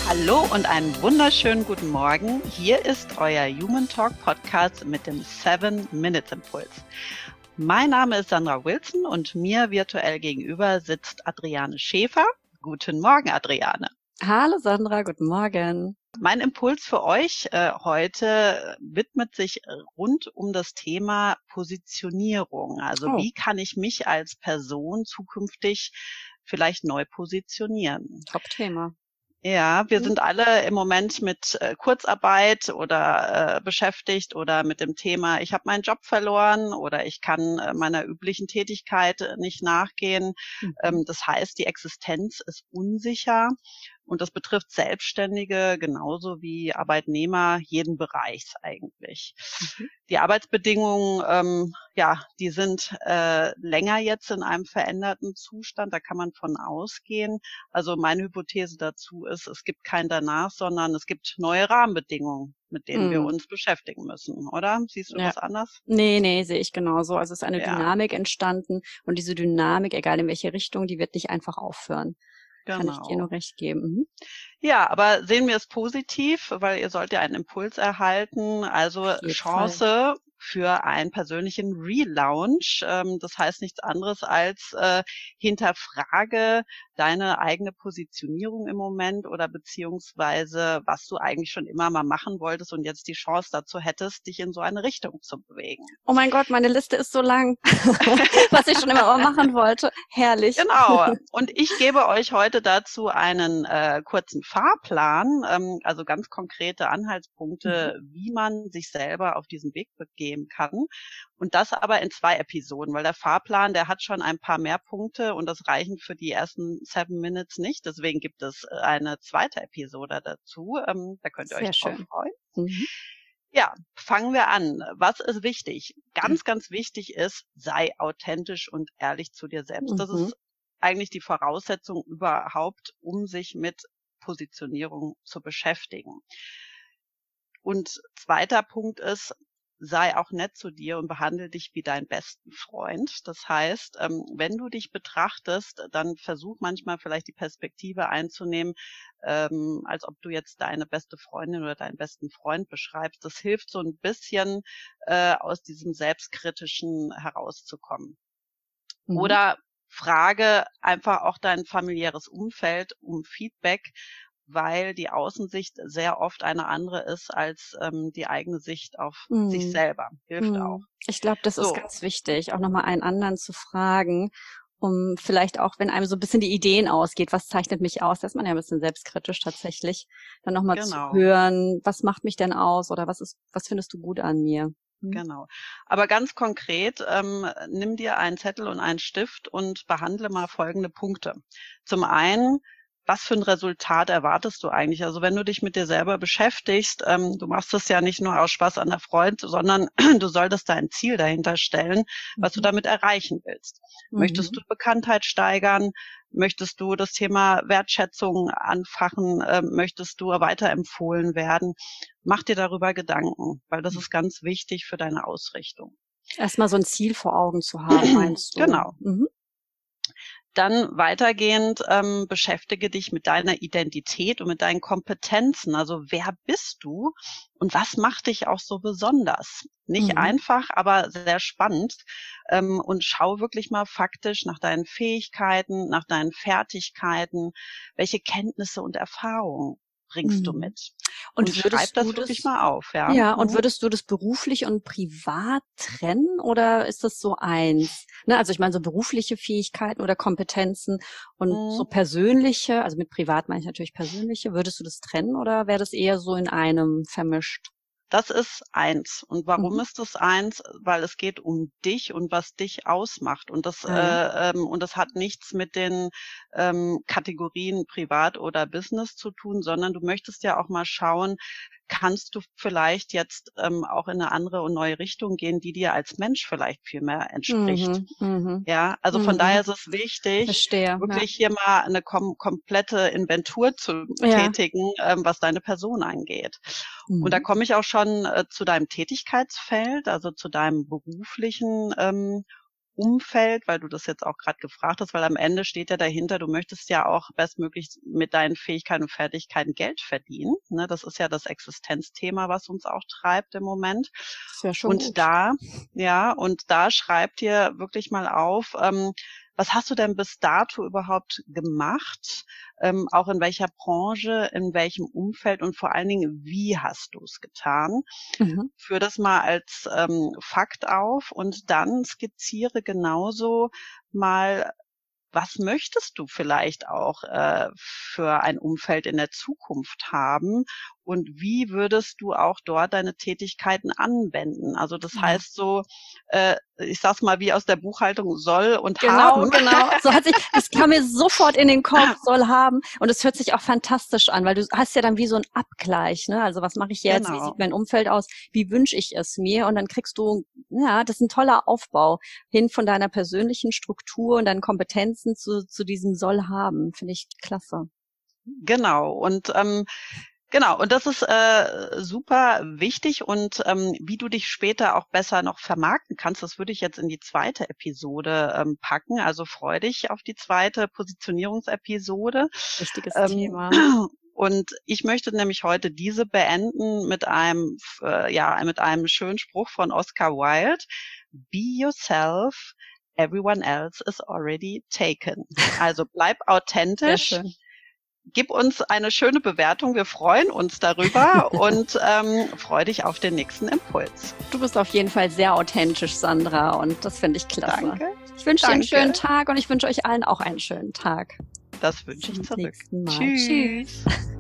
Hallo und einen wunderschönen guten Morgen. Hier ist euer Human Talk Podcast mit dem 7-Minutes-Impuls. Mein Name ist Sandra Wilson und mir virtuell gegenüber sitzt Adriane Schäfer. Guten Morgen, Adriane. Hallo Sandra, guten Morgen. Mein Impuls für euch heute widmet sich rund um das Thema Positionierung. Also wie kann ich mich als Person zukünftig vielleicht neu positionieren? Top-Thema. Ja, wir sind alle im Moment mit Kurzarbeit oder beschäftigt oder mit dem Thema, ich habe meinen Job verloren oder ich kann meiner üblichen Tätigkeit nicht nachgehen. Das heißt, die Existenz ist unsicher und das betrifft Selbstständige genauso wie Arbeitnehmer jeden Bereichs eigentlich. Die Arbeitsbedingungen, die sind länger jetzt in einem veränderten Zustand, da kann man von ausgehen. Also meine Hypothese dazu ist, es gibt kein Danach, sondern es gibt neue Rahmenbedingungen, mit denen wir uns beschäftigen müssen, oder? Siehst du das anders? Nee, sehe ich genauso. Also es ist eine Dynamik entstanden und diese Dynamik, egal in welche Richtung, die wird nicht einfach aufhören. Genau. Kann ich dir nur recht geben. Ja, aber sehen wir es positiv, weil ihr sollt ja einen Impuls erhalten, also Chance für einen persönlichen Relaunch. Das heißt nichts anderes als hinterfrage deine eigene Positionierung im Moment oder beziehungsweise was du eigentlich schon immer mal machen wolltest und jetzt die Chance dazu hättest, dich in so eine Richtung zu bewegen. Oh mein Gott, meine Liste ist so lang, was ich schon immer mal machen wollte. Herrlich. Genau. Und ich gebe euch heute dazu einen kurzen Fahrplan, also ganz konkrete Anhaltspunkte, wie man sich selber auf diesen Weg begeben kann. Und das aber in 2 Episoden, weil der Fahrplan, der hat schon ein paar mehr Punkte und das reichen für die ersten 7 Minutes nicht. Deswegen gibt es eine zweite Episode dazu. Da könnt ihr euch drauf freuen. Ja, fangen wir an. Was ist wichtig? Ganz wichtig ist, sei authentisch und ehrlich zu dir selbst. Das ist eigentlich die Voraussetzung überhaupt, um sich mit Positionierung zu beschäftigen. Und zweiter Punkt ist, sei auch nett zu dir und behandle dich wie deinen besten Freund. Das heißt, wenn du dich betrachtest, dann versuch manchmal vielleicht die Perspektive einzunehmen, als ob du jetzt deine beste Freundin oder deinen besten Freund beschreibst. Das hilft so ein bisschen, aus diesem Selbstkritischen herauszukommen. Oder frage einfach auch dein familiäres Umfeld um Feedback, weil die Außensicht sehr oft eine andere ist als die eigene Sicht auf sich selber. Hilft auch. Ich glaube, das ist ganz wichtig, auch nochmal einen anderen zu fragen, um vielleicht auch, wenn einem so ein bisschen die Ideen ausgeht, was zeichnet mich aus, da ist man ja ein bisschen selbstkritisch tatsächlich, dann nochmal zu hören, was macht mich denn aus oder was findest du gut an mir? Genau. Aber ganz konkret, nimm dir einen Zettel und einen Stift und behandle mal folgende Punkte. Zum einen, was für ein Resultat erwartest du eigentlich? Also wenn du dich mit dir selber beschäftigst, du machst das ja nicht nur aus Spaß an der Freude, sondern du solltest dein Ziel dahinter stellen, was du damit erreichen willst. Möchtest du Bekanntheit steigern? Möchtest du das Thema Wertschätzung anfachen? Möchtest du weiterempfohlen werden? Mach dir darüber Gedanken, weil das ist ganz wichtig für deine Ausrichtung. Erstmal so ein Ziel vor Augen zu haben, meinst du? Genau. Dann weitergehend beschäftige dich mit deiner Identität und mit deinen Kompetenzen. Also wer bist du und was macht dich auch so besonders? Nicht einfach, aber sehr spannend. Und schau wirklich mal faktisch nach deinen Fähigkeiten, nach deinen Fertigkeiten, welche Kenntnisse und Erfahrungen bringst du mit. Und schreib das wirklich mal auf. Ja, und würdest du das beruflich und privat trennen oder ist das so eins? Ne, also ich meine so berufliche Fähigkeiten oder Kompetenzen und so persönliche, also mit privat meine ich natürlich persönliche, würdest du das trennen oder wäre das eher so in einem vermischt? Das ist eins. Und warum ist das eins? Weil es geht um dich und was dich ausmacht. Und das hat nichts mit den Kategorien Privat oder Business zu tun, sondern du möchtest ja auch mal schauen, kannst du vielleicht jetzt auch in eine andere und neue Richtung gehen, die dir als Mensch vielleicht viel mehr entspricht. Ja, also von daher ist es wichtig, wirklich hier mal eine komplette Inventur zu tätigen, was deine Person angeht. Und da komme ich auch schon zu deinem Tätigkeitsfeld, also zu deinem beruflichen Umfeld, weil du das jetzt auch gerade gefragt hast, weil am Ende steht ja dahinter, du möchtest ja auch bestmöglich mit deinen Fähigkeiten und Fertigkeiten Geld verdienen. Ne? Das ist ja das Existenzthema, was uns auch treibt im Moment. Das wäre schon und gut. da schreib dir wirklich mal auf, was hast du denn bis dato überhaupt gemacht? Auch in welcher Branche, in welchem Umfeld und vor allen Dingen, wie hast du es getan? Führ das mal als Fakt auf und dann skizziere genauso mal, was möchtest du vielleicht auch für ein Umfeld in der Zukunft haben und wie würdest du auch dort deine Tätigkeiten anwenden? Also das heißt so, ich sag's mal wie aus der Buchhaltung, soll und haben. Genau. Das kam mir sofort in den Kopf, soll haben. Und es hört sich auch fantastisch an, weil du hast ja dann wie so einen Abgleich, ne? Also was mache ich jetzt? Genau. Wie sieht mein Umfeld aus? Wie wünsche ich es mir? Und dann kriegst du, ja, das ist ein toller Aufbau hin von deiner persönlichen Struktur und deinen Kompetenzen zu diesem soll haben. Finde ich klasse. Genau. Und und das ist super wichtig und wie du dich später auch besser noch vermarkten kannst, das würde ich jetzt in die zweite Episode packen. Also freu dich auf die zweite Positionierungsepisode. Wichtiges Thema. Und ich möchte nämlich heute diese beenden mit einem schönen Spruch von Oscar Wilde. Be yourself, everyone else is already taken. Also bleib authentisch. Sehr schön. Gib uns eine schöne Bewertung. Wir freuen uns darüber und freu dich auf den nächsten Impuls. Du bist auf jeden Fall sehr authentisch, Sandra, und das finde ich klasse. Danke. Ich wünsche dir einen schönen Tag und ich wünsche euch allen auch einen schönen Tag. Das wünsche ich zurück. Tschüss.